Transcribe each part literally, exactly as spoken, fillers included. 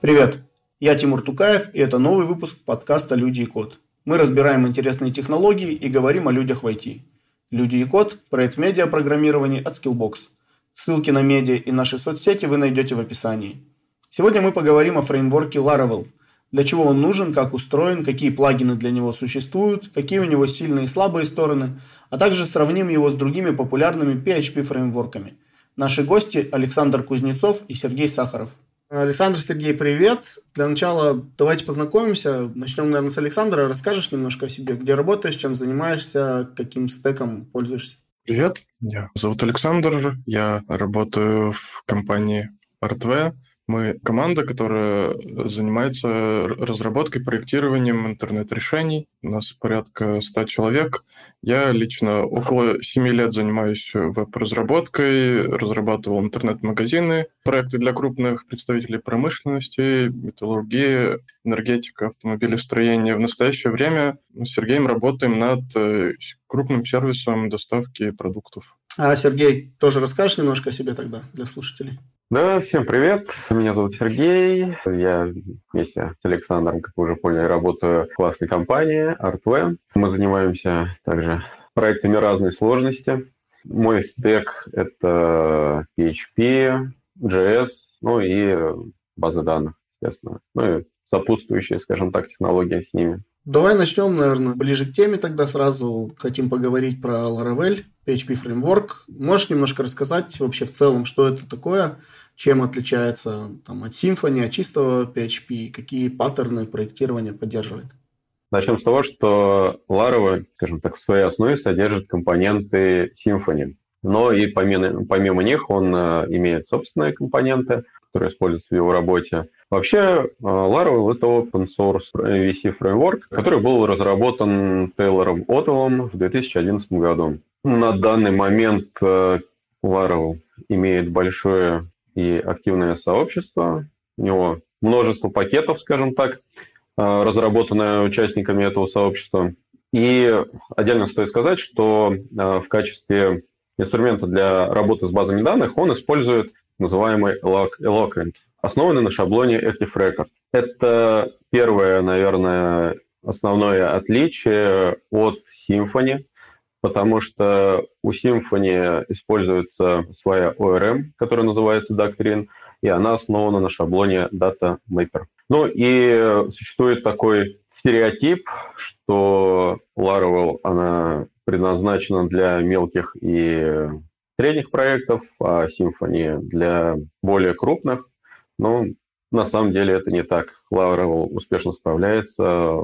Привет, я Тимур Тукаев, и это новый выпуск подкаста «Люди и код». Мы разбираем интересные технологии и говорим о людях в ай ти. «Люди и код» – проект медиапрограммирования от Skillbox. Ссылки на медиа и наши соцсети вы найдете в описании. Сегодня мы поговорим о фреймворке Laravel. Для чего он нужен, как устроен, какие плагины для него существуют, какие у него сильные и слабые стороны, а также сравним его с другими популярными пи эйч пи-фреймворками. Наши гости – Александр Кузнецов и Сергей Сахаров. Александр, Сергей, привет. Для начала давайте познакомимся. Начнем, наверное, с Александра. Расскажешь немножко о себе, где работаешь, чем занимаешься, каким стеком пользуешься? Привет, меня зовут Александр, я работаю в компании Artway. Мы команда, которая занимается разработкой, проектированием интернет-решений. У нас порядка ста человек. Я лично около семи лет занимаюсь веб-разработкой, разрабатывал интернет-магазины, проекты для крупных представителей промышленности, металлургии, энергетика, автомобилестроения. В настоящее время мы с Сергеем работаем над крупным сервисом доставки продуктов. А, Сергей, тоже расскажешь немножко о себе тогда для слушателей? Да, всем привет. Меня зовут Сергей. Я вместе с Александром, как вы уже поняли, работаю в классной компании Artway. Мы занимаемся также проектами разной сложности. Мой стек – это пи эйч пи, джей эс, ну и базы данных, естественно. Ну и сопутствующие, скажем так, технологии с ними. Давай начнем, наверное, ближе к теме тогда сразу. Хотим поговорить про Laravel, пи эйч пи-фреймворк. Можешь немножко рассказать вообще в целом, что это такое, чем отличается там, от Symfony, от чистого пи эйч пи, какие паттерны проектирования поддерживает? Начнем с того, что Laravel, скажем так, в своей основе содержит компоненты Symfony. Но и помимо, помимо них он имеет собственные компоненты, которые используются в его работе. Вообще, Laravel — это open source ви си-фреймворк, который был разработан Тейлором Оттеллом в две тысячи одиннадцатом году. На данный момент Laravel имеет большое и активное сообщество. У него множество пакетов, скажем так, разработанное участниками этого сообщества. И отдельно стоит сказать, что в качестве инструмента для работы с базами данных он использует называемый Eloquent, основанный на шаблоне Active Record. Это первое, наверное, основное отличие от Symfony, потому что у Symfony используется своя о эр эм, которая называется Doctrine, и она основана на шаблоне Data Mapper. Ну и существует такой стереотип, что Laravel, она предназначена для мелких и средних проектов, а Symfony для более крупных. Но на самом деле это не так. Laravel успешно справляется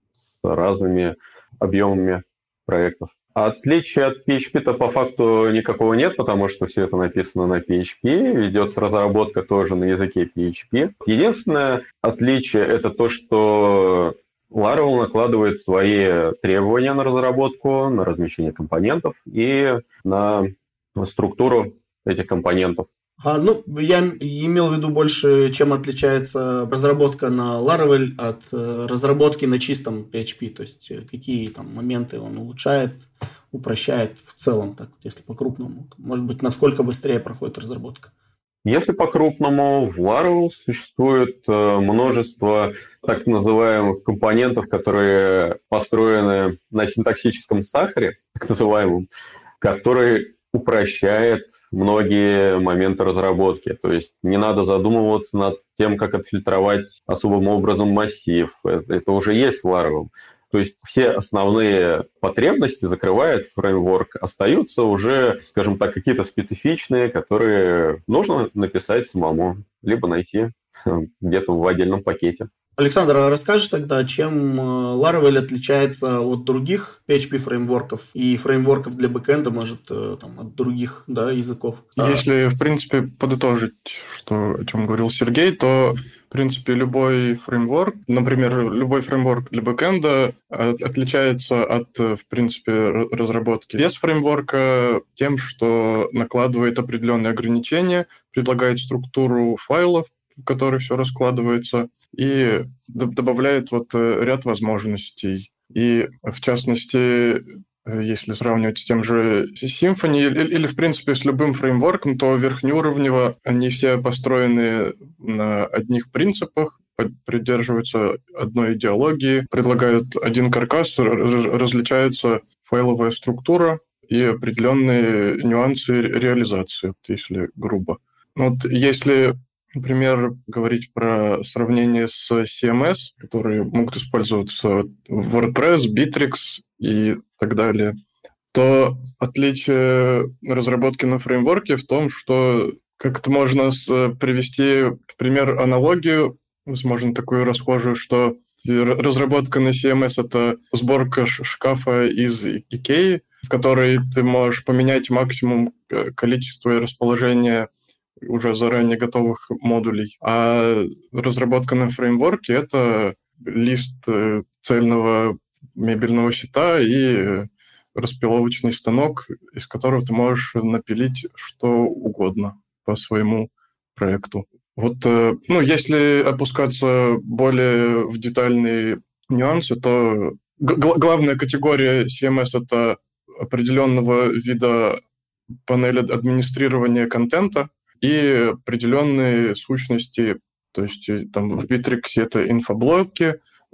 с разными объемами проектов. Отличия от пи эйч пи-то по факту никакого нет, потому что все это написано на пи эйч пи, ведется разработка тоже на языке пи эйч пи. Единственное отличие – это то, что Laravel накладывает свои требования на разработку, на размещение компонентов и на структуру этих компонентов. А, ну, я имел в виду больше, чем отличается разработка на Laravel от э, разработки на чистом пи эйч пи, то есть э, какие там моменты он улучшает, упрощает в целом, так если по-крупному. Может быть, насколько быстрее проходит разработка? Если по-крупному, в Laravel существует э, множество так называемых компонентов, которые построены на синтаксическом сахаре, так называемом, который упрощает многие моменты разработки. То есть не надо задумываться над тем, как отфильтровать особым образом массив. Это, это уже есть в Laravel. То есть все основные потребности закрывает фреймворк. Остаются уже, скажем так, какие-то специфичные, которые нужно написать самому, либо найти где-то в отдельном пакете. Александр, а расскажешь тогда, чем Laravel отличается от других пи эйч пи-фреймворков и фреймворков для бэкэнда, может, там, от других, да, языков? Если, в принципе, подытожить, что, о чем говорил Сергей, то, в принципе, любой фреймворк, например, любой фреймворк для бэкэнда отличается от, в принципе, разработки без фреймворка тем, что накладывает определенные ограничения, предлагает структуру файлов, в которой все раскладывается, и добавляет вот ряд возможностей. И, в частности, Если сравнивать с тем же Symfony или, или, в принципе, с любым фреймворком, то верхнеуровнево они все построены на одних принципах, придерживаются одной идеологии, предлагают один каркас, различается файловая структура и определенные нюансы реализации, если грубо. Вот если, например, говорить про сравнение с си эм эс, которые могут использоваться в WordPress, Bittrex и так далее, то отличие разработки на фреймворке в том, что как-то можно привести, например, аналогию, возможно, такую расхожую, что разработка на си эм эс — это сборка шкафа из Икеи, в которой ты можешь поменять максимум количество и расположение уже заранее готовых модулей. А разработка на фреймворке — это лист цельного мебельного щита и распиловочный станок, из которого ты можешь напилить что угодно по своему проекту. Вот, ну, если опускаться более в детальные нюансы, то г- главная категория си эм эс — это определенного вида панель администрирования контента и определенные сущности, то есть там в Bittrex это инфоблоки,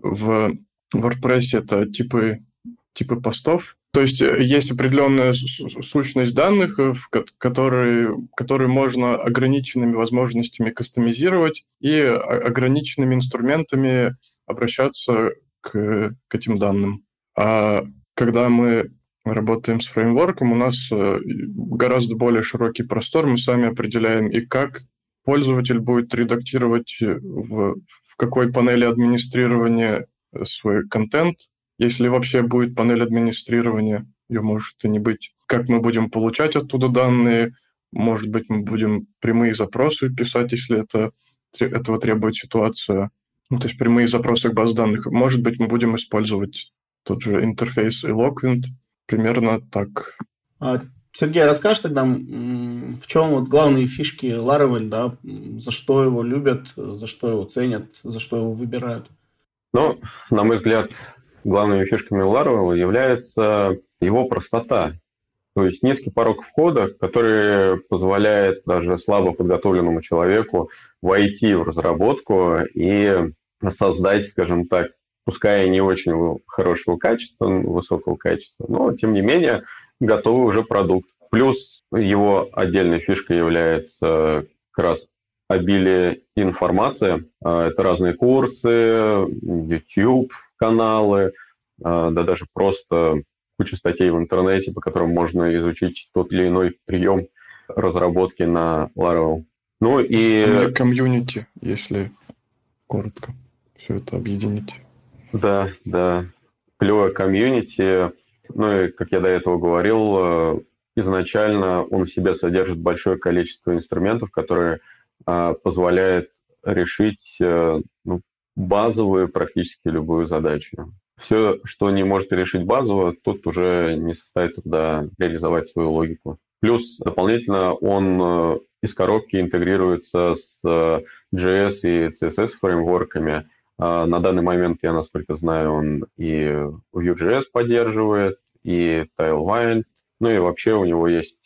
в WordPress это типы, типы постов. То есть есть определенная сущность данных, которые, которые можно ограниченными возможностями кастомизировать и ограниченными инструментами обращаться к, к этим данным. А когда мы работаем с фреймворком, у нас гораздо более широкий простор, мы сами определяем и как пользователь будет редактировать в, в какой панели администрирования свой контент, если вообще будет панель администрирования, ее может и не быть. Как мы будем получать оттуда данные, может быть, мы будем прямые запросы писать, если это, этого требует ситуация. Ну, то есть прямые запросы к баз данных. Может быть, мы будем использовать тот же интерфейс Eloquent. Примерно так. Сергей, расскажешь тогда, в чем вот главные фишки Laravel, да, за что его любят, за что его ценят, за что его выбирают? Ну, на мой взгляд, главными фишками Laravel является его простота. То есть низкий порог входа, который позволяет даже слабо подготовленному человеку войти в разработку и создать, скажем так, пускай и не очень хорошего качества, высокого качества, но, тем не менее, готовый уже продукт. Плюс его отдельной фишкой является как раз обилие информации. Это разные курсы, YouTube-каналы, да даже просто куча статей в интернете, по которым можно изучить тот или иной прием разработки на Laravel. Ну и... комьюнити, если коротко все это объединить. Да, да. Клевое комьюнити. Ну и, как я до этого говорил, изначально он в себе содержит большое количество инструментов, которые а, позволяют решить а, ну, базовую практически любую задачу. Все, что не может решить базово, тут уже не состоит труда реализовать свою логику. Плюс дополнительно он из коробки интегрируется с джей эс и си эс эс фреймворками. На данный момент, я насколько знаю, он и Vue.js поддерживает, и Tailwind. Ну и вообще у него есть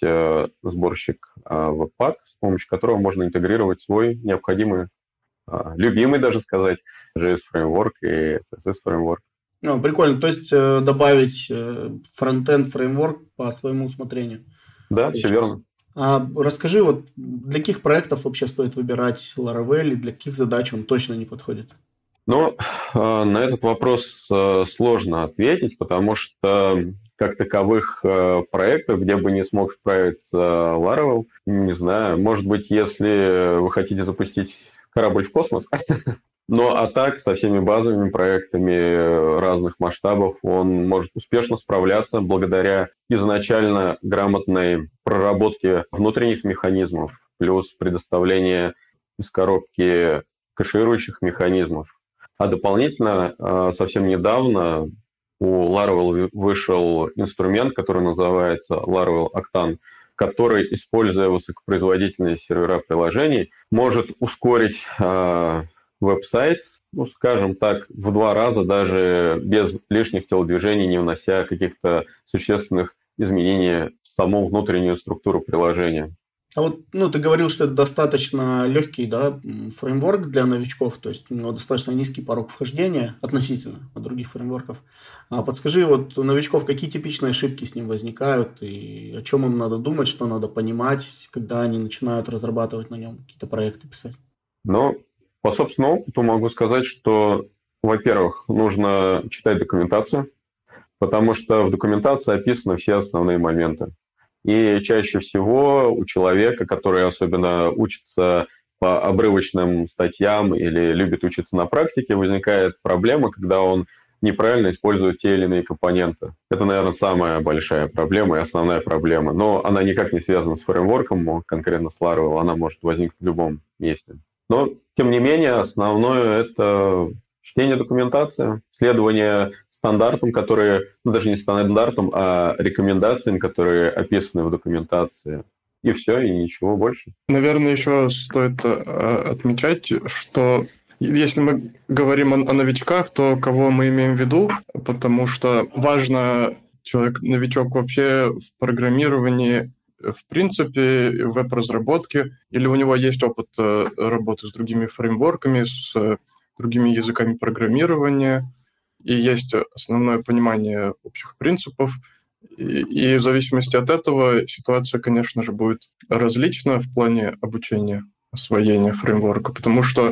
сборщик Webpack, с помощью которого можно интегрировать свой необходимый, любимый даже сказать, джей эс-фреймворк и си эс эс-фреймворк. Ну, прикольно. То есть добавить фронтенд фреймворк по своему усмотрению. Да, все верно. А расскажи, вот для каких проектов вообще стоит выбирать Laravel и для каких задач он точно не подходит? Ну, на этот вопрос сложно ответить, потому что как таковых проектов, где бы не смог справиться Laravel, не знаю, может быть, если вы хотите запустить корабль в космос, но а так со всеми базовыми проектами разных масштабов он может успешно справляться благодаря изначально грамотной проработке внутренних механизмов, плюс предоставление из коробки кэширующих механизмов. А дополнительно, совсем недавно у Laravel вышел инструмент, который называется Laravel Octane, который, используя высокопроизводительные сервера приложений, может ускорить веб-сайт ну, скажем так, в два раза, даже без лишних телодвижений, не внося каких-то существенных изменений в саму внутреннюю структуру приложения. А вот, ну, ты говорил, что это достаточно легкий, да, фреймворк для новичков, то есть у него достаточно низкий порог вхождения относительно от других фреймворков. А подскажи, вот у новичков какие типичные ошибки с ним возникают и о чем им надо думать, что надо понимать, когда они начинают разрабатывать на нем какие-то проекты писать? Ну, по собственному опыту могу сказать, что, во-первых, нужно читать документацию, потому что в документации описаны все основные моменты. И чаще всего у человека, который особенно учится по обрывочным статьям или любит учиться на практике, возникает проблема, когда он неправильно использует те или иные компоненты. Это, наверное, самая большая проблема и основная проблема. Но она никак не связана с фреймворком, конкретно с Laravel, она может возникнуть в любом месте. Но, тем не менее, основное – это чтение документации, следование стандартам, которые, ну, даже не стандартам, а рекомендациям, которые описаны в документации. И все, и ничего больше. Наверное, еще стоит э, отмечать, что если мы говорим о, о новичках, то кого мы имеем в виду, потому что важно, человек-новичок вообще в программировании, в принципе, в веб-разработке, или у него есть опыт э, работы с другими фреймворками, с э, другими языками программирования, и есть основное понимание общих принципов, и, и в зависимости от этого ситуация, конечно же, будет различна в плане обучения, освоения фреймворка, потому что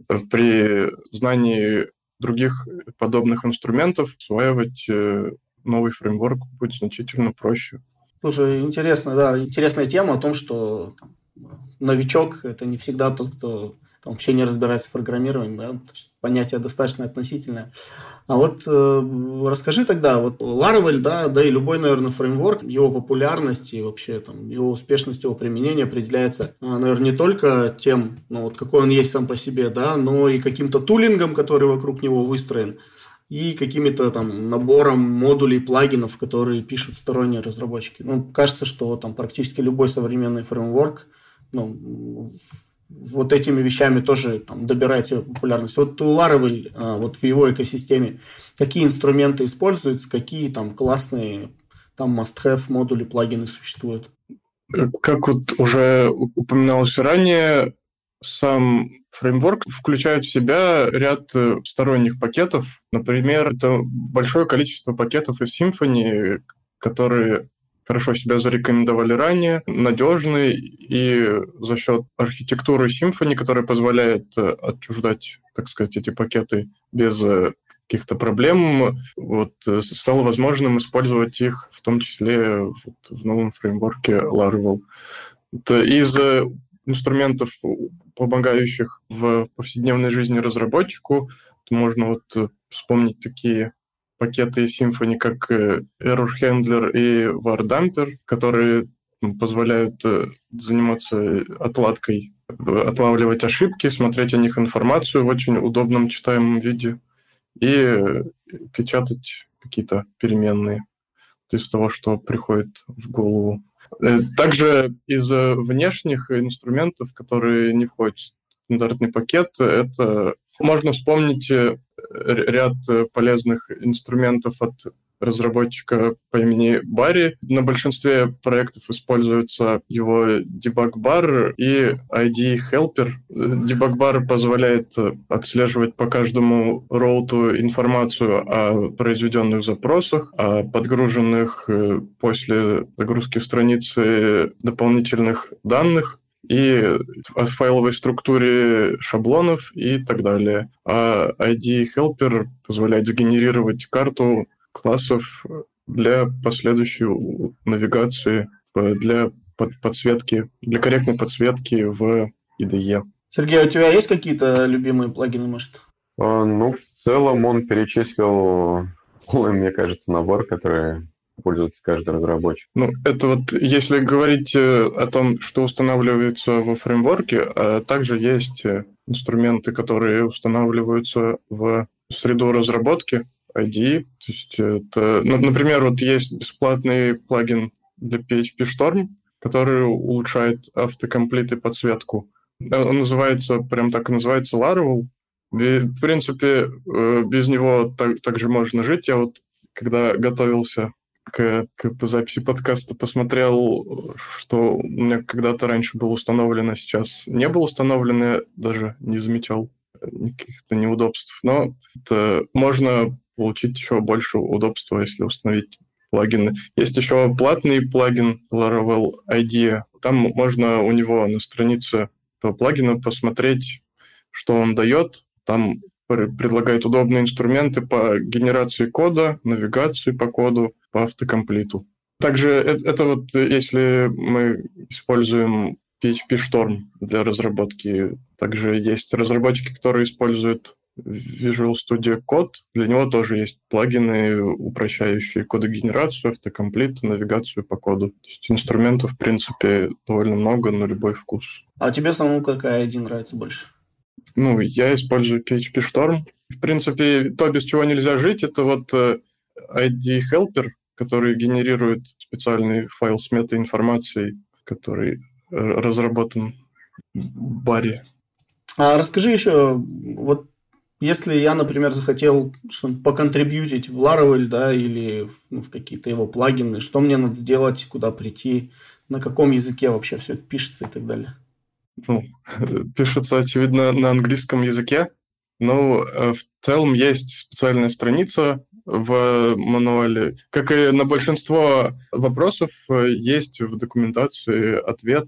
при знании других подобных инструментов осваивать новый фреймворк будет значительно проще. Слушай, интересно, да, интересная тема о том, что там, новичок – это не всегда тот, кто там, вообще не разбирается в программировании, да, понятие достаточно относительное. А вот э, расскажи тогда, вот Laravel, да, да и любой, наверное, фреймворк, его популярность и вообще там его успешность его применения определяется, наверное, не только тем, ну, вот какой он есть сам по себе, да, но и каким-то тулингом, который вокруг него выстроен, и какими-то там набором модулей, плагинов, которые пишут сторонние разработчики. Ну, кажется, что там практически любой современный фреймворк, ну, вот этими вещами тоже там, добирает себе популярность. Вот у Laravel, вот в его экосистеме, какие инструменты используются, какие там классные там must-have модули, плагины существуют? Как вот уже упоминалось ранее, сам фреймворк включает в себя ряд сторонних пакетов. Например, это большое количество пакетов из Symfony, которые хорошо себя зарекомендовали ранее, надежны, и за счет архитектуры Symfony, которая позволяет отчуждать, так сказать, эти пакеты без каких-то проблем, вот, стало возможным использовать их в том числе вот, в новом фреймворке Laravel. Это из инструментов, помогающих в повседневной жизни разработчику, можно вот вспомнить такие пакеты Symfony, как Error Handler и Var Dumper, которые позволяют заниматься отладкой, отлавливать ошибки, смотреть о них информацию в очень удобном читаемом виде и печатать какие-то переменные из того, что приходит в голову. Также из внешних инструментов, которые не входят в стандартный пакет, это можно вспомнить ряд полезных инструментов от разработчика по имени Барри. На большинстве проектов используется его debug-бар и ай ди и-helper. Debug-бар позволяет отслеживать по каждому роуту информацию о произведенных запросах, о подгруженных после загрузки страницы дополнительных данных и о файловой структуре шаблонов и так далее. А ай ди и-helper позволяет сгенерировать карту классов для последующей навигации, для подсветки, для корректной подсветки в ай ди и. Сергей, у тебя есть какие-то любимые плагины, может? А, ну, в целом он перечислил, мне кажется, набор, который пользуется каждый разработчик. Ну, это вот если говорить о том, что устанавливается во фреймворке, а также есть инструменты, которые устанавливаются в среду разработки, ай ди и. То есть это, ну, например, вот есть бесплатный плагин для пи эйч пи Storm, который улучшает автокомплит и подсветку. Он называется, прям так и называется Laravel, В принципе, без него так, также можно жить. Я вот, когда готовился к, к записи подкаста, посмотрел, что у меня когда-то раньше было установлено, сейчас не было установлено, я даже не замечал каких-то неудобств. Но это можно получить еще больше удобства, если установить плагины. Есть еще платный плагин Laravel IDEA. Там можно у него на странице этого плагина посмотреть, что он дает. Там предлагает удобные инструменты по генерации кода, навигации по коду, по автокомплиту. Также это, это вот если мы используем пи эйч пи Storm для разработки. Также есть разработчики, которые используют Visual Studio Code. Для него тоже есть плагины, упрощающие кодогенерацию, автокомплит, навигацию по коду. То есть инструментов, в принципе, довольно много на любой вкус. А тебе самому какая ай ди нравится больше? Ну, я использую пи эйч пи Storm. В принципе, то, без чего нельзя жить, это вот ай ди Helper, который генерирует специальный файл с метаинформацией, который разработан в баре. А расскажи еще, вот если я, например, захотел что-нибудь поконтрибьютить в Laravel, да, или ну, в какие-то его плагины, что мне надо сделать, куда прийти, на каком языке вообще все это пишется и так далее? Ну, пишется, очевидно, на английском языке. Но в целом есть специальная страница в мануале. Как и на большинство вопросов, есть в документации ответ,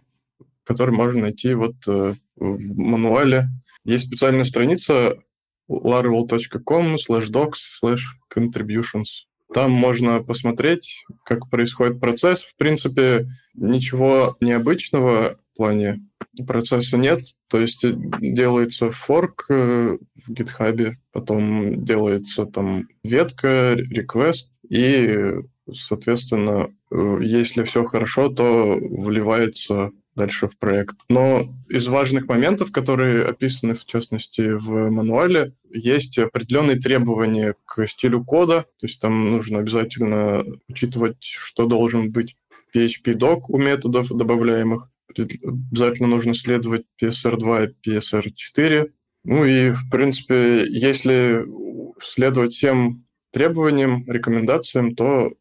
который можно найти вот в мануале. Есть специальная страница laravel точка ком слэш докс слэш контрибьюшнс. Там можно посмотреть, как происходит процесс. В принципе, ничего необычного в плане процесса нет. То есть делается форк в GitHub, потом делается там ветка, request, и, соответственно, если все хорошо, то вливается дальше в проект. Но из важных моментов, которые описаны, в частности, в мануале, есть определенные требования к стилю кода. То есть там нужно обязательно учитывать, что должен быть пи эйч пи-док у методов добавляемых. Обязательно нужно следовать пи эс ар два и пи эс ар четыре. Ну и, в принципе, если следовать всем требованиям, рекомендациям, то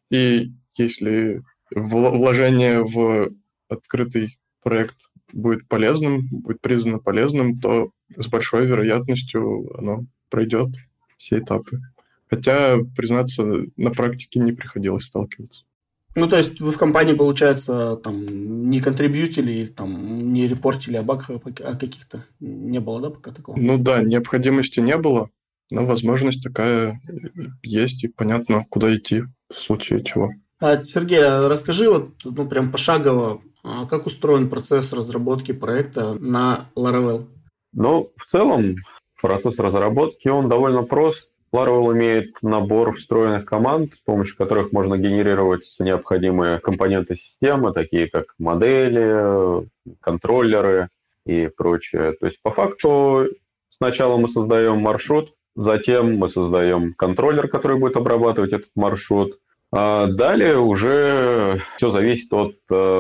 и если вложение в открытый проект будет полезным, будет признано полезным, то с большой вероятностью оно пройдет все этапы. Хотя, признаться, на практике не приходилось сталкиваться. Ну, то есть вы в компании, получается, там не контрибьютили или там не репортили о багах, а каких-то не было, да, пока такого? Ну да, необходимости не было, но возможность такая есть, и понятно, куда идти в случае чего. А, Сергей, расскажи вот, ну, прям пошагово, как устроен процесс разработки проекта на Laravel? Ну, в целом, процесс разработки, он довольно прост. Laravel имеет набор встроенных команд, с помощью которых можно генерировать необходимые компоненты системы, такие как модели, контроллеры и прочее. То есть, по факту, сначала мы создаем маршрут, затем мы создаем контроллер, который будет обрабатывать этот маршрут. А далее уже все зависит от,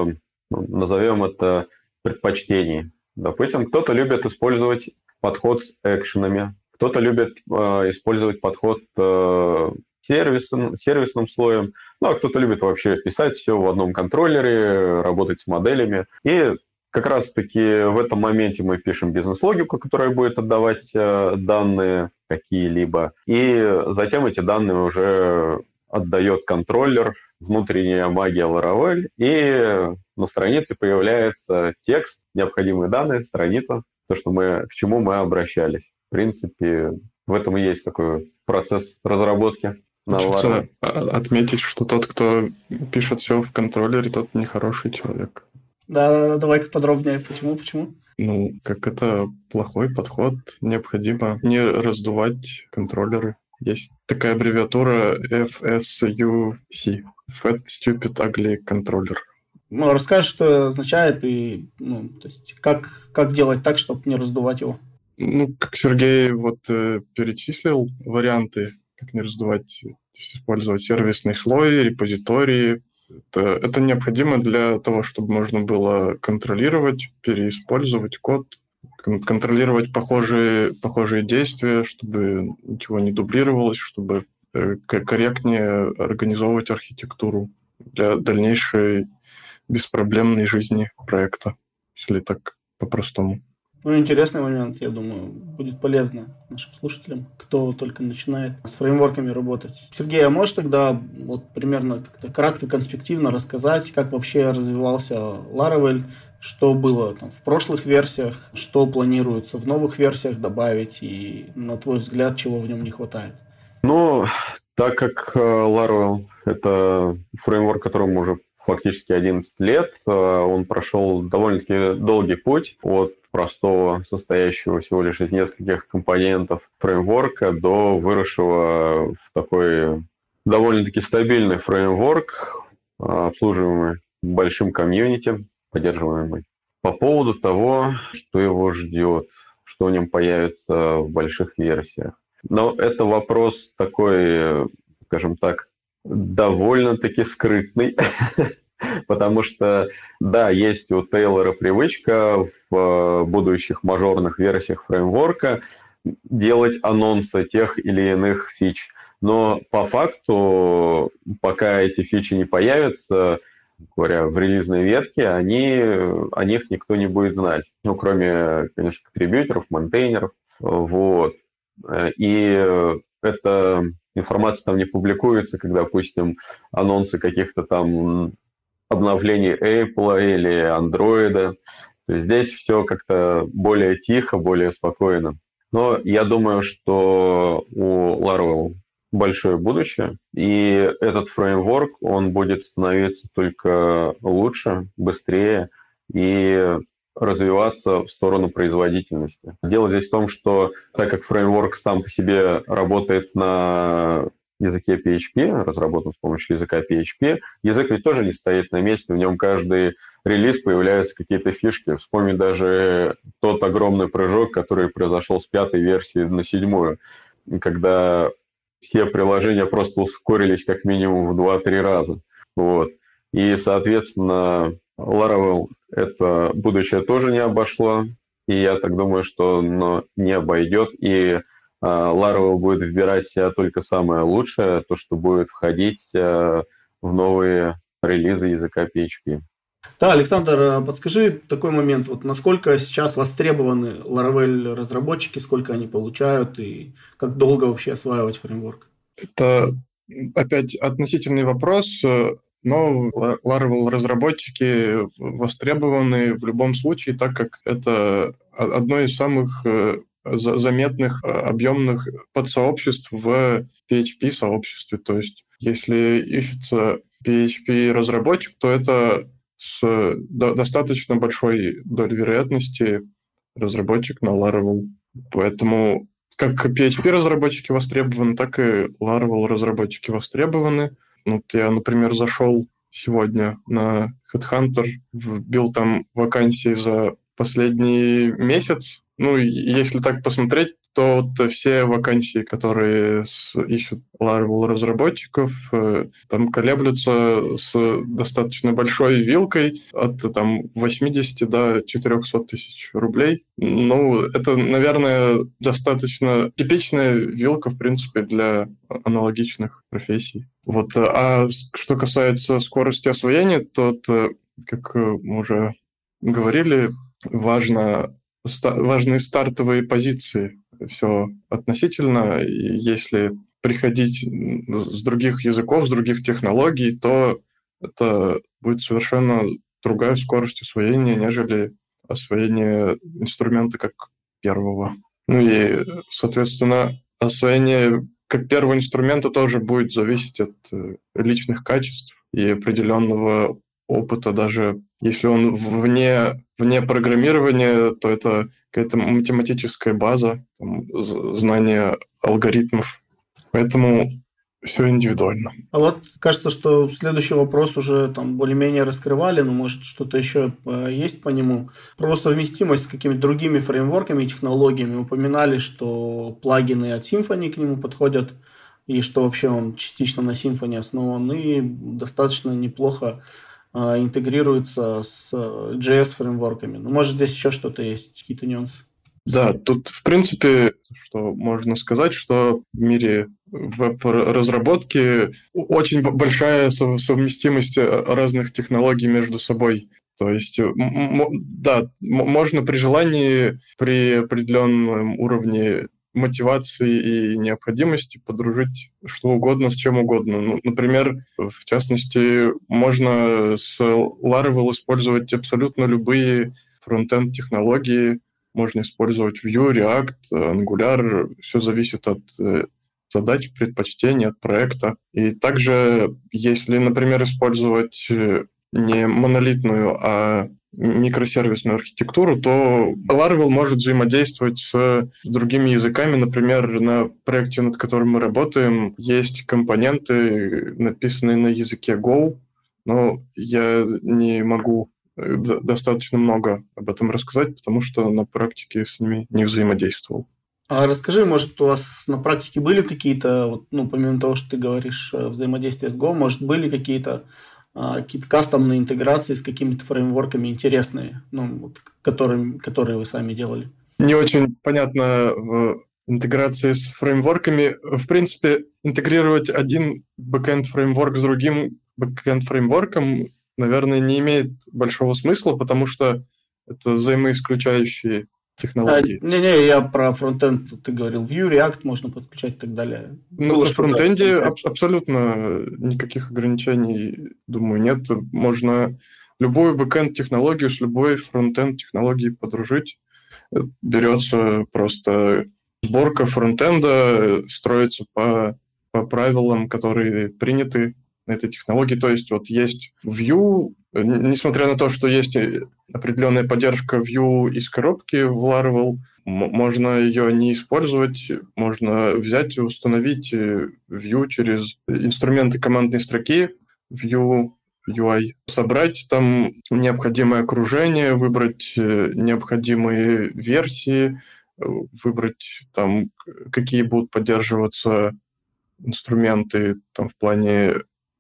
назовем это, предпочтений. Допустим, кто-то любит использовать подход с экшенами, кто-то любит э, использовать подход э, сервисным, сервисным слоем, ну а кто-то любит вообще писать все в одном контроллере, работать с моделями. И как раз-таки в этом моменте мы пишем бизнес-логику, которая будет отдавать э, данные какие-либо, и затем эти данные уже отдает контроллер, внутренняя магия Laravel, и на странице появляется текст, необходимые данные, страница, то, что мы, к чему мы обращались. В принципе, в этом и есть такой процесс разработки. Хочется отметить, что тот, кто пишет все в контроллере, тот нехороший человек. Да, давай-ка подробнее. Почему? Почему? Ну, как это плохой подход. Необходимо не раздувать контроллеры. Есть такая аббревиатура эф эс ю си. Fat Stupid Ugly Controller. Ну, расскажешь, что это означает и ну, то есть как, как делать так, чтобы не раздувать его? Ну, как Сергей вот э, перечислил варианты, как не раздувать, то есть использовать сервисный слой, репозитории. Это, это необходимо для того, чтобы можно было контролировать, переиспользовать код, контролировать похожие, похожие действия, чтобы ничего не дублировалось, чтобы корректнее организовывать архитектуру для дальнейшей беспроблемной жизни проекта, если так по-простому. Ну, интересный момент, я думаю, будет полезно нашим слушателям, кто только начинает с фреймворками работать. Сергей, а можешь тогда вот примерно как-то кратко, конспективно рассказать, как вообще развивался Laravel, что было там в прошлых версиях, что планируется в новых версиях добавить и, на твой взгляд, чего в нем не хватает? Ну, так как Laravel — это фреймворк, которому уже фактически одиннадцать лет, он прошел довольно-таки долгий путь от простого, состоящего всего лишь из нескольких компонентов фреймворка до выросшего в такой довольно-таки стабильный фреймворк, обслуживаемый большим комьюнити, поддерживаемый. По поводу того, что его ждет, что в нем появится в больших версиях. Но это вопрос такой, скажем так, довольно-таки скрытный, потому что, да, есть у Тейлора привычка в будущих мажорных версиях фреймворка делать анонсы тех или иных фич. Но по факту, пока эти фичи не появятся, говоря, в релизной ветке, они, о них никто не будет знать. Ну, кроме, конечно, контрибьюторов, монтейнеров. Вот. И эта информация там не публикуется, как, допустим, анонсы каких-то там обновлений Apple или Android. То есть здесь все как-то более тихо, более спокойно. Но я думаю, что у Laravel большое будущее, и этот фреймворк, он будет становиться только лучше, быстрее и развиваться в сторону производительности. Дело здесь в том, что так как фреймворк сам по себе работает на языке пи эйч пи, разработан с помощью языка пи эйч пи, язык ведь тоже не стоит на месте, в нем каждый релиз появляются какие-то фишки. Вспомни даже тот огромный прыжок, который произошел с пятой версии на седьмую, когда все приложения просто ускорились как минимум в два-три раза. Вот. И, соответственно, Laravel это будущее тоже не обошло, и я так думаю, что оно не обойдет, и Laravel будет выбирать себя только самое лучшее, то, что будет входить в новые релизы языка пи эйч пи. Да, Александр, подскажи такой момент, вот насколько сейчас востребованы Laravel разработчики, сколько они получают и как долго вообще осваивать фреймворк? Это опять относительный вопрос, но Laravel разработчики востребованы в любом случае, так как это одно из самых заметных объемных подсообществ в пи эйч пи-сообществе. То есть, если ищется пи эйч пи-разработчик, то это с достаточно большой долей вероятности разработчик на Laravel. Поэтому как пи эйч пи-разработчики востребованы, так и Laravel-разработчики востребованы. Вот я, например, зашел сегодня на HeadHunter, вбил там вакансии за последний месяц. Ну, если так посмотреть, то вот все вакансии, которые ищут Laravel-разработчиков, там колеблются с достаточно большой вилкой от там, восемьдесят до четыреста тысяч рублей. Ну, это, наверное, достаточно типичная вилка, в принципе, для аналогичных профессий. Вот. А что касается скорости освоения, то, как мы уже говорили, важно, важны стартовые позиции. Все относительно. И если приходить с других языков, с других технологий, то это будет совершенно другая скорость освоения, нежели освоение инструмента как первого. Ну и, соответственно, освоение как первого инструмента тоже будет зависеть от личных качеств и определенного опыта. Даже если он вне, вне программирования, то это какая-то математическая база, там, знание алгоритмов. Поэтому все индивидуально. А вот кажется, что следующий вопрос уже там более-менее раскрывали, но может что-то еще есть по нему. Про совместимость с какими-то другими фреймворками и технологиями. Упоминали, что плагины от Symfony к нему подходят, и что вообще он частично на Symfony основан, и достаточно неплохо а, интегрируется с джей эс-фреймворками. Ну, может, здесь еще что-то есть, какие-то нюансы? Да, тут, в принципе, что можно сказать, что в мире веб-разработки очень большая совместимость разных технологий между собой. То есть, да, можно при желании, при определенном уровне мотивации и необходимости подружить что угодно с чем угодно. Ну, например, в частности, можно с Laravel использовать абсолютно любые фронтенд-технологии. Можно использовать Vue, React, Angular. Все зависит от задач, предпочтений, от проекта. И также, если, например, использовать не монолитную, а микросервисную архитектуру, то Laravel может взаимодействовать с другими языками. Например, на проекте, над которым мы работаем, есть компоненты, написанные на языке Go, но я не могу достаточно много об этом рассказать, потому что на практике с ними не взаимодействовал. А расскажи, может, у вас на практике были какие-то, ну, помимо того, что ты говоришь, взаимодействия с Go, может, были какие-то какие-то кастомные интеграции с какими-то фреймворками интересные, ну, вот, которые, которые вы сами делали? Не очень понятно в интеграции с фреймворками. В принципе, интегрировать один бэкэнд-фреймворк с другим бэкэнд-фреймворком, наверное, не имеет большого смысла, потому что это взаимоисключающие технологии. А, не-не, я про фронтенд, ты говорил, Vue, React можно подключать и так далее. Ну, на фронтенде аб- абсолютно никаких ограничений, думаю, нет. Можно любую бэкэнд-технологию с любой фронтенд-технологией подружить. Берется просто сборка фронтенда, строится по, по правилам, которые приняты на этой технологии. То есть вот есть Vue, несмотря на то, что есть определенная поддержка Vue из коробки в Laravel, можно ее не использовать, можно взять и установить Vue через инструменты командной строки, Vue ю ай, собрать там необходимое окружение, выбрать необходимые версии, выбрать там, какие будут поддерживаться инструменты там, в плане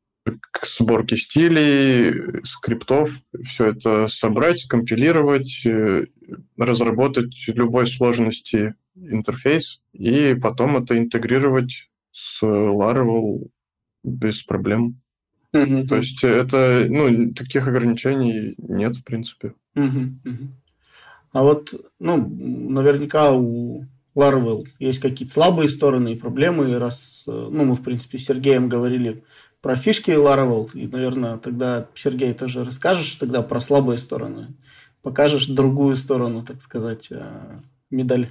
сборки стилей, скриптов, все это собрать, скомпилировать, разработать любой сложности интерфейс и потом это интегрировать с Laravel без проблем. Uh-huh. То есть это, ну, таких ограничений нет, в принципе. Uh-huh. Uh-huh. А вот, ну, наверняка у Laravel есть какие-то слабые стороны и проблемы, и раз, ну, мы, в принципе, с Сергеем говорили про фишки Laravel, и, наверное, тогда, Сергей, тоже расскажешь тогда про слабые стороны, покажешь другую сторону, так сказать, медали.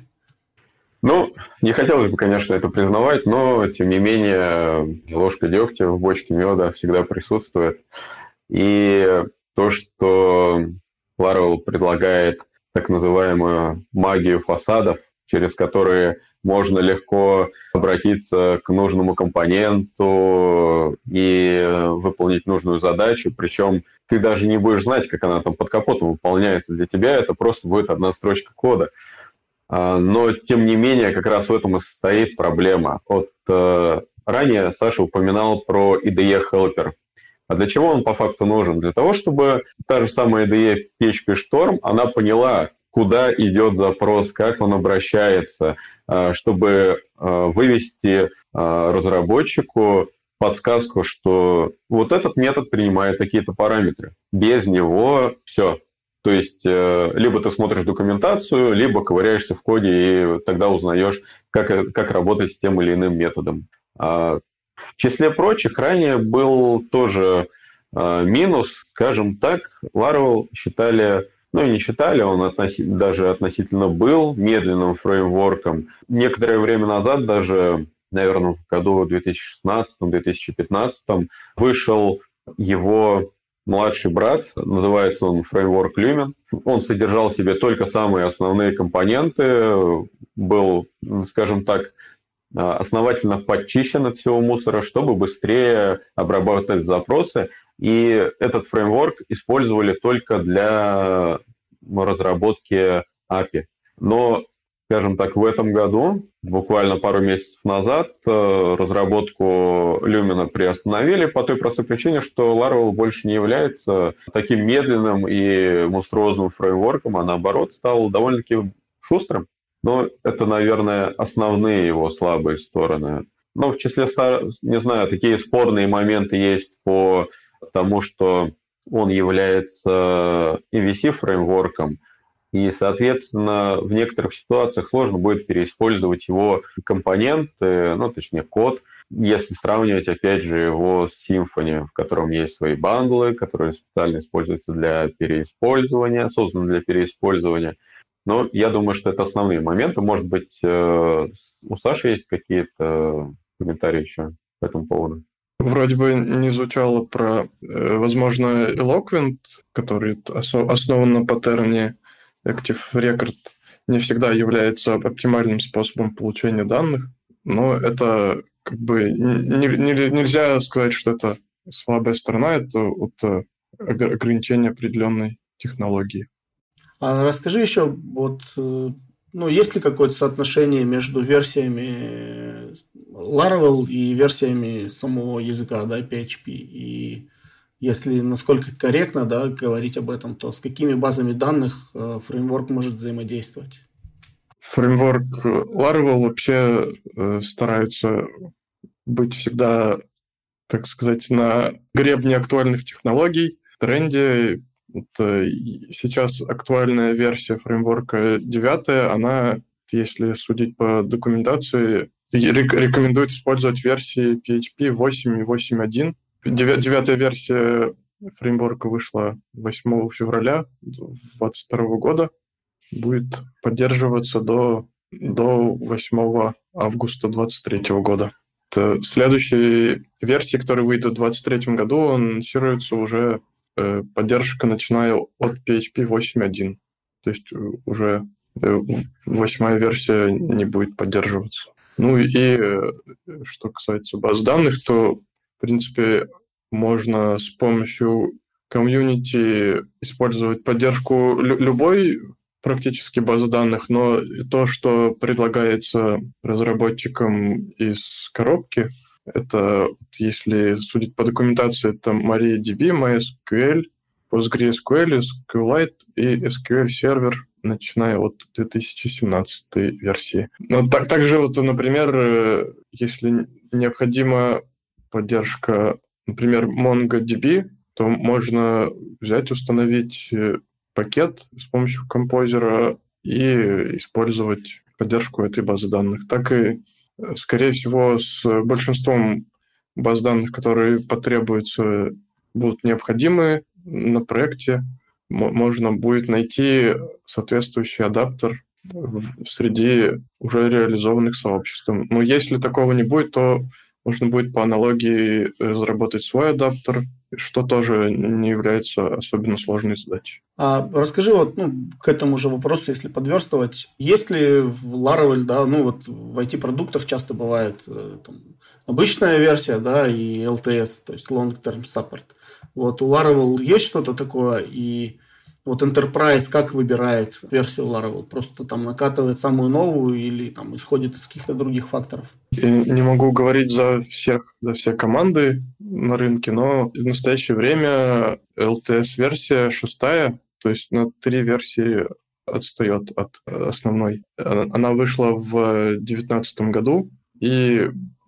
Ну, не хотелось бы, конечно, это признавать, но, тем не менее, ложка дегтя в бочке меда всегда присутствует. И то, что Laravel предлагает так называемую магию фасадов, через которые можно легко обратиться к нужному компоненту и выполнить нужную задачу, причем ты даже не будешь знать, как она там под капотом выполняется. Для тебя это просто будет одна строчка кода. Но, тем не менее, как раз в этом и состоит проблема. Вот ранее Саша упоминал про ай ди и-Helper. А для чего он по факту нужен? Для того, чтобы та же самая ай ди и пи эйч пи Storm, она поняла, куда идет запрос, как он обращается, чтобы вывести разработчику подсказку, что вот этот метод принимает такие-то параметры. Без него все. То есть либо ты смотришь документацию, либо ковыряешься в коде и тогда узнаешь, как, как работать с тем или иным методом. В числе прочих ранее был тоже минус, скажем так, Laravel считали, ну не считали, он относи, даже относительно был медленным фреймворком. Некоторое время назад, даже, наверное, в году две тысячи шестнадцатом - две тысячи пятнадцатом, вышел его младший брат, называется он фреймворк Lumen. Он содержал в себе только самые основные компоненты, был, скажем так, основательно подчищен от всего мусора, чтобы быстрее обрабатывать запросы. И этот фреймворк использовали только для разработки эй пи ай. Но Скажем так, в этом году, буквально пару месяцев назад, разработку Lumina приостановили по той простой причине, что Laravel больше не является таким медленным и монструозным фреймворком, а наоборот стал довольно-таки шустрым. Но это, наверное, основные его слабые стороны. Но в числе, не знаю, такие спорные моменты есть по тому, что он является эм ви си-фреймворком, и, соответственно, в некоторых ситуациях сложно будет переиспользовать его компоненты, ну, точнее, код, если сравнивать, опять же, его с Symfony, в котором есть свои бандлы, которые специально используются для переиспользования, созданы для переиспользования. Но я думаю, что это основные моменты. Может быть, у Саши есть какие-то комментарии еще по этому поводу? Вроде бы не звучало про, возможно, Eloquent, который основан на паттерне Active Record, не всегда является оптимальным способом получения данных, но это как бы не, не, нельзя сказать, что это слабая сторона, это вот ограничение определенной технологии. А расскажи еще, вот, ну, есть ли какое-то соотношение между версиями Laravel и версиями самого языка, да, пи эйч пи? И если насколько корректно, да, говорить об этом, то с какими базами данных э, фреймворк может взаимодействовать? Фреймворк Laravel вообще э, старается быть всегда, так сказать, на гребне актуальных технологий, тренде. Вот, э, сейчас актуальная версия фреймворка девятая, она, если судить по документации, рекомендует использовать версии пи эйч пи восемь и восемь точка один. Девятая версия фреймворка вышла восьмого февраля две тысячи двадцать второго года. Будет поддерживаться до, до восьмого августа две тысячи двадцать третьего года. Это следующей версии, которая выйдет в две тысячи двадцать третьем году, анонсируется уже э, поддержка, начиная от пи эйч пи восемь точка один. То есть уже э, восьмая версия не будет поддерживаться. Ну и э, что касается баз данных, то в принципе, можно с помощью комьюнити использовать поддержку лю- любой практически базы данных, но то, что предлагается разработчикам из коробки, это, если судить по документации, это MariaDB, MySQL, PostgreSQL, SQLite и эс кью эль Server, начиная от две тысячи семнадцатой версии. Но так, также, вот, например, если необходимо поддержка, например, MongoDB, то можно взять, установить пакет с помощью композера и использовать поддержку этой базы данных. Так и, скорее всего, с большинством баз данных, которые потребуются, будут необходимы на проекте, можно будет найти соответствующий адаптер среди уже реализованных сообществ. Но если такого не будет, то можно будет по аналогии разработать свой адаптер, что тоже не является особенно сложной задачей. А расскажи вот, ну, к этому же вопросу, если подверстывать, есть ли в Laravel, да, ну вот в ай ти-продуктах часто бывает там, обычная версия, да, и эл ти эс, то есть Long Term Support. Вот у Laravel есть что-то такое, и вот Enterprise как выбирает версию Laravel? Просто там накатывает самую новую или там исходит из каких-то других факторов? Я не могу говорить за всех, за все команды на рынке, но в настоящее время эл ти эс-версия шестая, то есть на три версии отстает от основной. Она вышла в две тысячи девятнадцатом году, и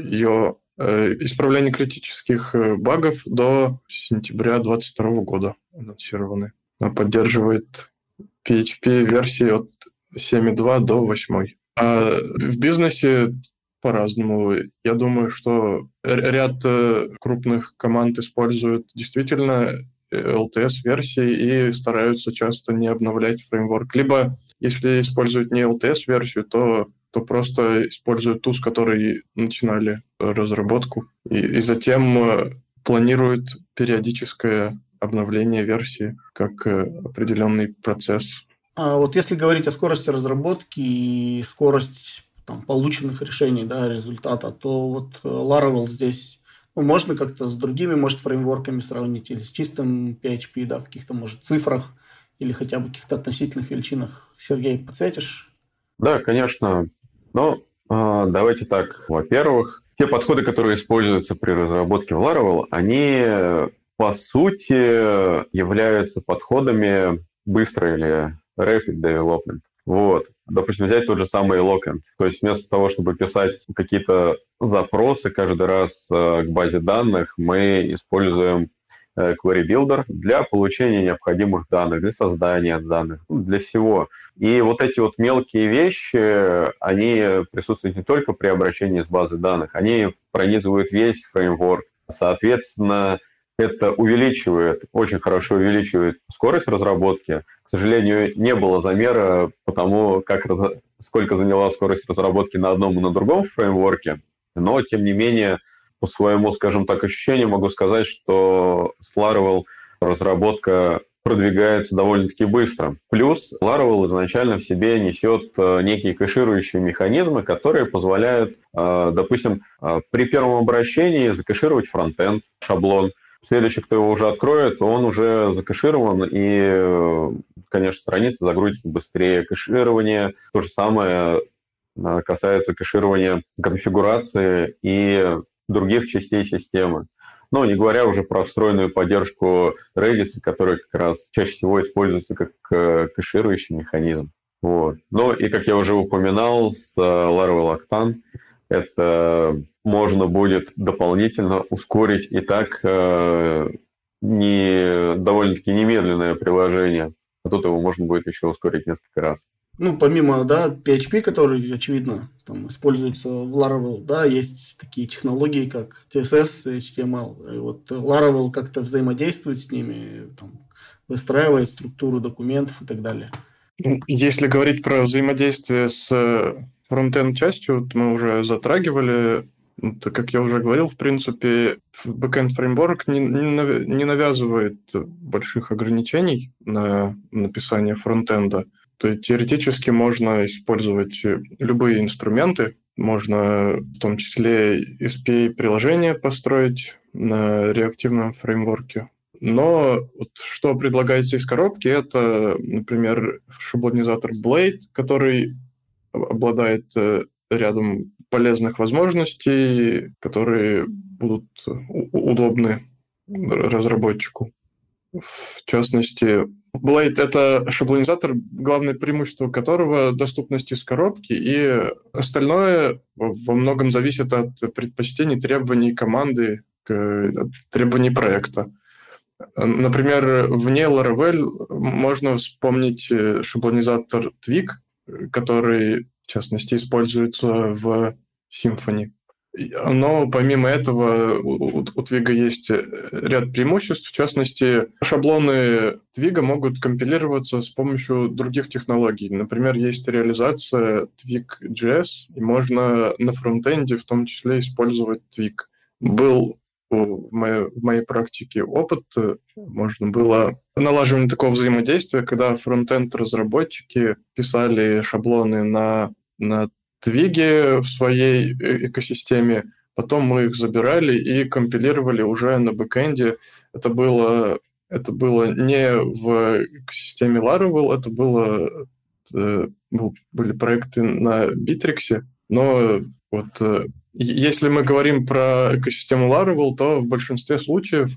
ее исправление критических багов до сентября две тысячи двадцать второго года анонсированы. Она поддерживает пи эйч пи-версии от семь точка два до восемь. А в бизнесе по-разному. Я думаю, что ряд крупных команд используют действительно эл ти эс-версии и стараются часто не обновлять фреймворк. Либо, если используют не эл ти эс-версию, то, то просто используют ту, с которой начинали разработку, и, и затем планируют периодическое обновление версии как определенный процесс. А вот если говорить о скорости разработки и скорость там, полученных решений, да, результата, то вот Laravel здесь ну, можно как-то с другими, может, фреймворками сравнить или с чистым пи эйч пи, да, в каких-то, может, цифрах или хотя бы каких-то относительных величинах. Сергей, подсветишь? Да, конечно. Но э, давайте так. Во-первых, те подходы, которые используются при разработке в Laravel, они, по сути, являются подходами быстрой или rapid development. Вот. Допустим, взять тот же самый Lockend. То есть вместо того, чтобы писать какие-то запросы каждый раз э, к базе данных, мы используем Query Builder для получения необходимых данных, для создания данных, для всего. И вот эти вот мелкие вещи, они присутствуют не только при обращении с базой данных, они пронизывают весь фреймворк. Соответственно, это увеличивает, очень хорошо увеличивает скорость разработки. К сожалению, не было замера по тому, как, сколько заняла скорость разработки на одном и на другом фреймворке, но, тем не менее, по своему, скажем так, ощущению могу сказать, что с Laravel разработка продвигается довольно-таки быстро. Плюс Laravel изначально в себе несет некие кэширующие механизмы, которые позволяют, допустим, при первом обращении закэшировать фронтенд, шаблон. Следующий, кто его уже откроет, он уже закэширован, и, конечно, страница загрузится быстрее. Кэширование, то же самое касается кэширования конфигурации и других частей системы. Ну, не говоря уже про встроенную поддержку Redis, которая как раз чаще всего используется как кэширующий механизм. Вот. Ну, и как я уже упоминал, с Laravel Octane это можно будет дополнительно ускорить и так э, не, довольно-таки немедленное приложение. А тут его можно будет еще ускорить несколько раз. Ну, помимо, да, пи эйч пи, который, очевидно, там используется в Laravel, да, есть такие технологии, как ти эс эс, эйч ти эм эл. И вот Laravel как-то взаимодействует с ними, там, выстраивает структуру документов и так далее. Если говорить про взаимодействие с фронтенд-частью, мы уже затрагивали. Это, как я уже говорил, в принципе, бэкэнд-фреймворк не, не навязывает больших ограничений на написание фронтенда. То есть теоретически можно использовать любые инструменты, можно в том числе эс пи эй-приложение построить на реактивном фреймворке. Но вот что предлагается из коробки, это, например, шаблонизатор Blade, который обладает рядом полезных возможностей, которые будут удобны разработчику. В частности, Blade — это шаблонизатор, главное преимущество которого — доступность из коробки, и остальное во многом зависит от предпочтений, требований команды, от требований проекта. Например, вне Laravel можно вспомнить шаблонизатор Twig, который, в частности, используется в Symfony. Но помимо этого у, у Twig есть ряд преимуществ. В частности, шаблоны Twig могут компилироваться с помощью других технологий. Например, есть реализация Twig.js, и можно на фронтенде в том числе использовать Twig. Был в моей, в моей практике опыт, можно было налаживание такого взаимодействия, когда фронтенд-разработчики писали шаблоны на, на Twig в своей экосистеме, потом мы их забирали и компилировали уже на бэкэнде. Это было, это было не в экосистеме Laravel, это было, это были проекты на Bittrex, но вот если мы говорим про экосистему Laravel, то в большинстве случаев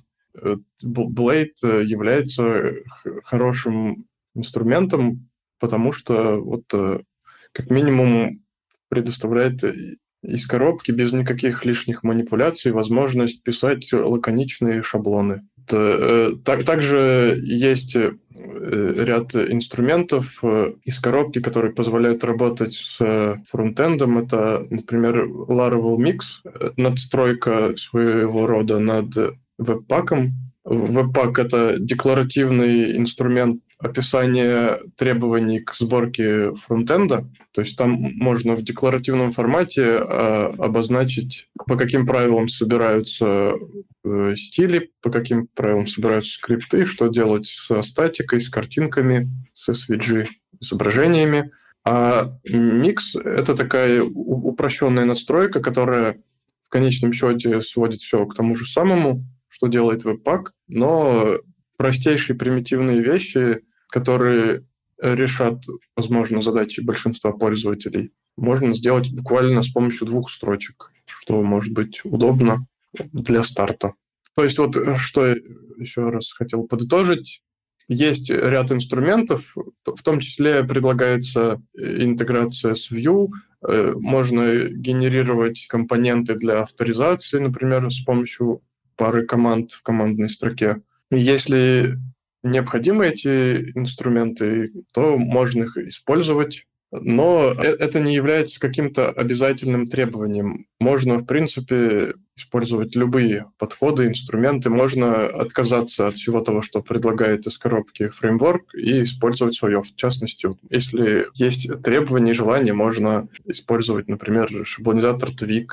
Blade является хорошим инструментом, потому что вот как минимум предоставляет из коробки без никаких лишних манипуляций возможность писать лаконичные шаблоны. Также есть ряд инструментов из коробки, которые позволяют работать с фронтендом. Это, например, Laravel Mix, надстройка своего рода над веб-паком. Веб-пак — это декларативный инструмент описания требований к сборке фронтенда. То есть там можно в декларативном формате э, обозначить, по каким правилам собираются э, стили, по каким правилам собираются скрипты, что делать со статикой, с картинками, с эс ви джи изображениями. А Mix — это такая упрощенная настройка, которая в конечном счете сводит все к тому же самому, что делает веб-пак, но простейшие примитивные вещи, которые решат, возможно, задачи большинства пользователей, можно сделать буквально с помощью двух строчек, что может быть удобно для старта. То есть вот что я еще раз хотел подытожить. Есть ряд инструментов, в том числе предлагается интеграция с Vue, можно генерировать компоненты для авторизации, например, с помощью пары команд в командной строке. Если необходимы эти инструменты, то можно их использовать, но это не является каким-то обязательным требованием. Можно, в принципе, использовать любые подходы, инструменты. Можно отказаться от всего того, что предлагает из коробки фреймворк, и использовать свое. В частности, если есть требования и желания, можно использовать, например, шаблонизатор Twig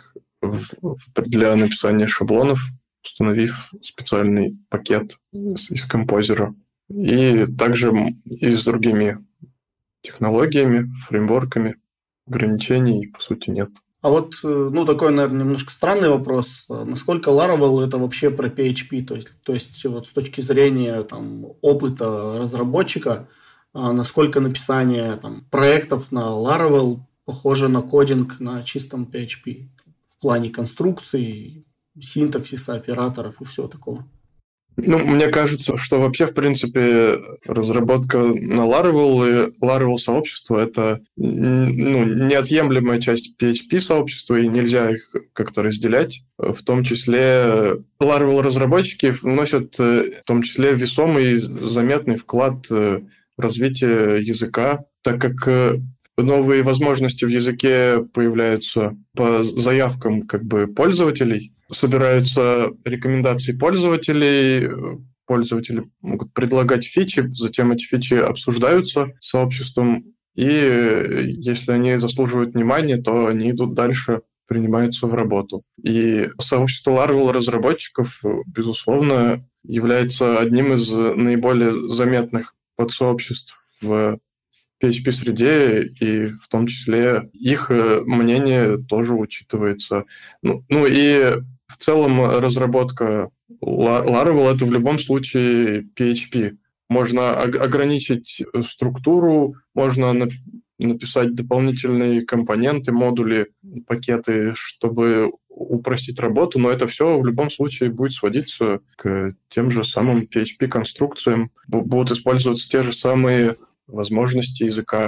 для написания шаблонов, установив специальный пакет из композера. И также и с другими технологиями, фреймворками ограничений, по сути, нет. А вот, ну, такой, наверное, немножко странный вопрос. Насколько Laravel это вообще про пи эйч пи? То есть, то есть вот с точки зрения там, опыта разработчика, насколько написание там, проектов на Laravel похоже на кодинг на чистом пи эйч пи в плане конструкций, синтаксиса, операторов и всего такого? Ну, мне кажется, что вообще, в принципе, разработка на Laravel и Laravel-сообщество — это ну, неотъемлемая часть пи эйч пи-сообщества, и нельзя их как-то разделять. В том числе Laravel-разработчики вносят в том числе весомый, заметный вклад в развитие языка, так как новые возможности в языке появляются по заявкам как бы пользователей, собираются рекомендации пользователей, пользователи могут предлагать фичи, затем эти фичи обсуждаются сообществом, и если они заслуживают внимания, то они идут дальше, принимаются в работу. И сообщество Laravel-разработчиков, безусловно, является одним из наиболее заметных подсообществ в пи эйч пи-среде, и в том числе их мнение тоже учитывается. Ну, ну и в целом разработка Laravel — это в любом случае пи эйч пи. Можно ограничить структуру, можно написать дополнительные компоненты, модули, пакеты, чтобы упростить работу, но это все в любом случае будет сводиться к тем же самым пи эйч пи-конструкциям. Будут использоваться те же самые возможности языка.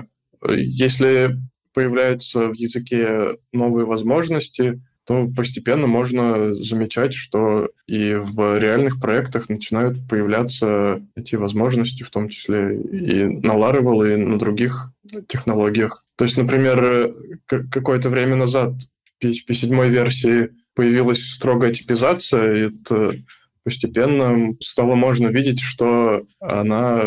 Если появляются в языке новые возможности, то постепенно можно замечать, что и в реальных проектах начинают появляться эти возможности, в том числе и на Laravel, и на других технологиях. То есть, например, какое-то время назад в пи эйч пи седьмой версии появилась строгая типизация, и это постепенно стало можно видеть, что она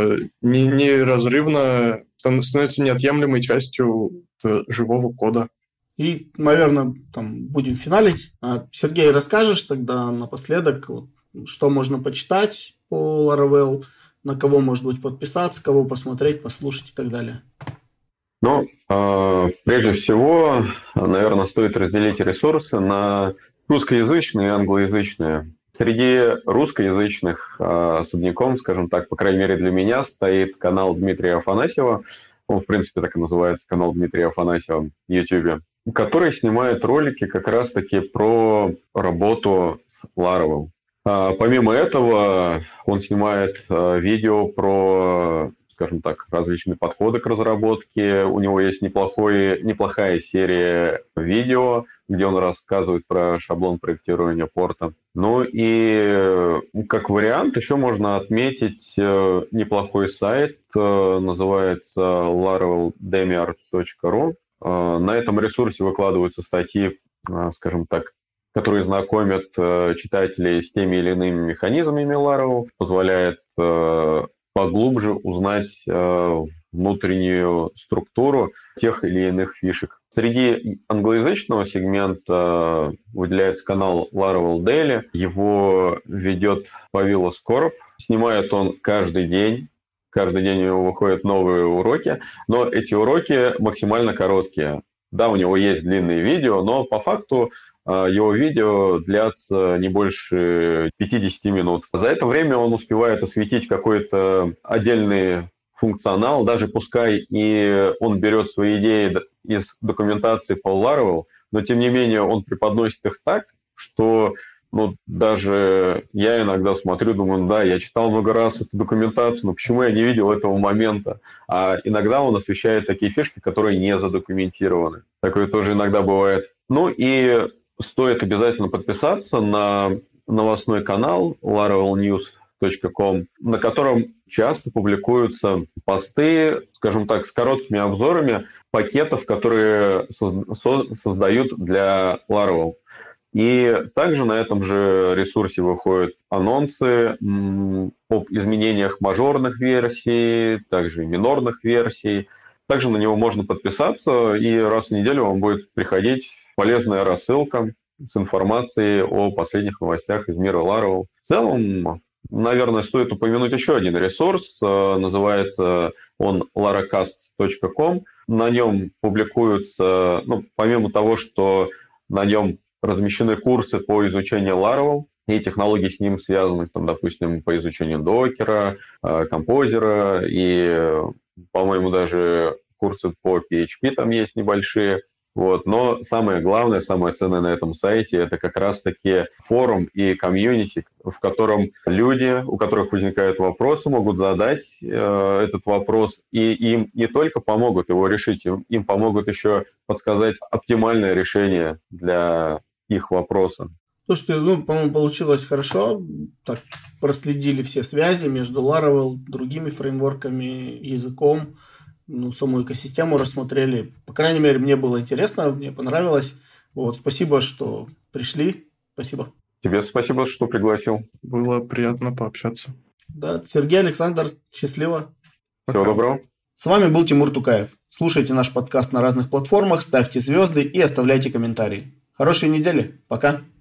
неразрывно становится неотъемлемой частью живого кода. И, наверное, там будем финалить. Сергей, расскажешь тогда напоследок, что можно почитать по Laravel, на кого, может быть, подписаться, кого посмотреть, послушать и так далее? Ну, прежде всего, наверное, стоит разделить ресурсы на русскоязычные и англоязычные. Среди русскоязычных особняком, скажем так, по крайней мере для меня, стоит канал Дмитрия Афанасьева. Он, в принципе, так и называется, канал Дмитрия Афанасьева в YouTube, который снимает ролики как раз-таки про работу с Laravel. Помимо этого, он снимает видео про, скажем так, различные подходы к разработке. У него есть неплохой, неплохая серия видео, где он рассказывает про шаблон проектирования порта. Ну и как вариант еще можно отметить неплохой сайт, называется laravel demiart точка ру. На этом ресурсе выкладываются статьи, скажем так, которые знакомят читателей с теми или иными механизмами Laravel, позволяет поглубже узнать внутреннюю структуру тех или иных фишек. Среди англоязычного сегмента выделяется канал Laravel Daily. Его ведет Павел Скоров. Снимает он каждый день. Каждый день у него выходят новые уроки, но эти уроки максимально короткие. Да, у него есть длинные видео, но по факту его видео длятся не больше пятьдесят минут. За это время он успевает осветить какой-то отдельный функционал, даже пускай и он берет свои идеи из документации по Laravel, но тем не менее он преподносит их так, что ну, даже я иногда смотрю, думаю, да, я читал много раз эту документацию, но почему я не видел этого момента? А иногда он освещает такие фишки, которые не задокументированы. Такое тоже иногда бывает. Ну и стоит обязательно подписаться на новостной канал laravel news точка com, на котором часто публикуются посты, скажем так, с короткими обзорами пакетов, которые создают для Laravel. И также на этом же ресурсе выходят анонсы об изменениях мажорных версий, также минорных версий. Также на него можно подписаться, и раз в неделю вам будет приходить полезная рассылка с информацией о последних новостях из мира Laravel. В целом, наверное, стоит упомянуть еще один ресурс. Называется он laracast точка com. На нем публикуются, ну, помимо того, что на нем размещены курсы по изучению Laravel и технологий с ним связанных, там, допустим, по изучению докера, композера и, по-моему, даже курсы по пи эйч пи там есть небольшие. Вот. Но самое главное, самое ценное на этом сайте – это как раз-таки форум и комьюнити, в котором люди, у которых возникают вопросы, могут задать э, этот вопрос, и им не только помогут его решить, им, им помогут еще подсказать оптимальное решение для их вопроса. Слушайте, ну, по-моему, получилось хорошо. Так, проследили все связи между Laravel, другими фреймворками, языком. Ну, саму экосистему рассмотрели. По крайней мере, мне было интересно, мне понравилось. Вот, спасибо, что пришли. Спасибо. Тебе спасибо, что пригласил. Было приятно пообщаться. Да, Сергей, Александр, счастливо. Всего Пока. доброго. С вами был Тимур Тукаев. Слушайте наш подкаст на разных платформах, ставьте звезды и оставляйте комментарии. Хорошей недели. Пока.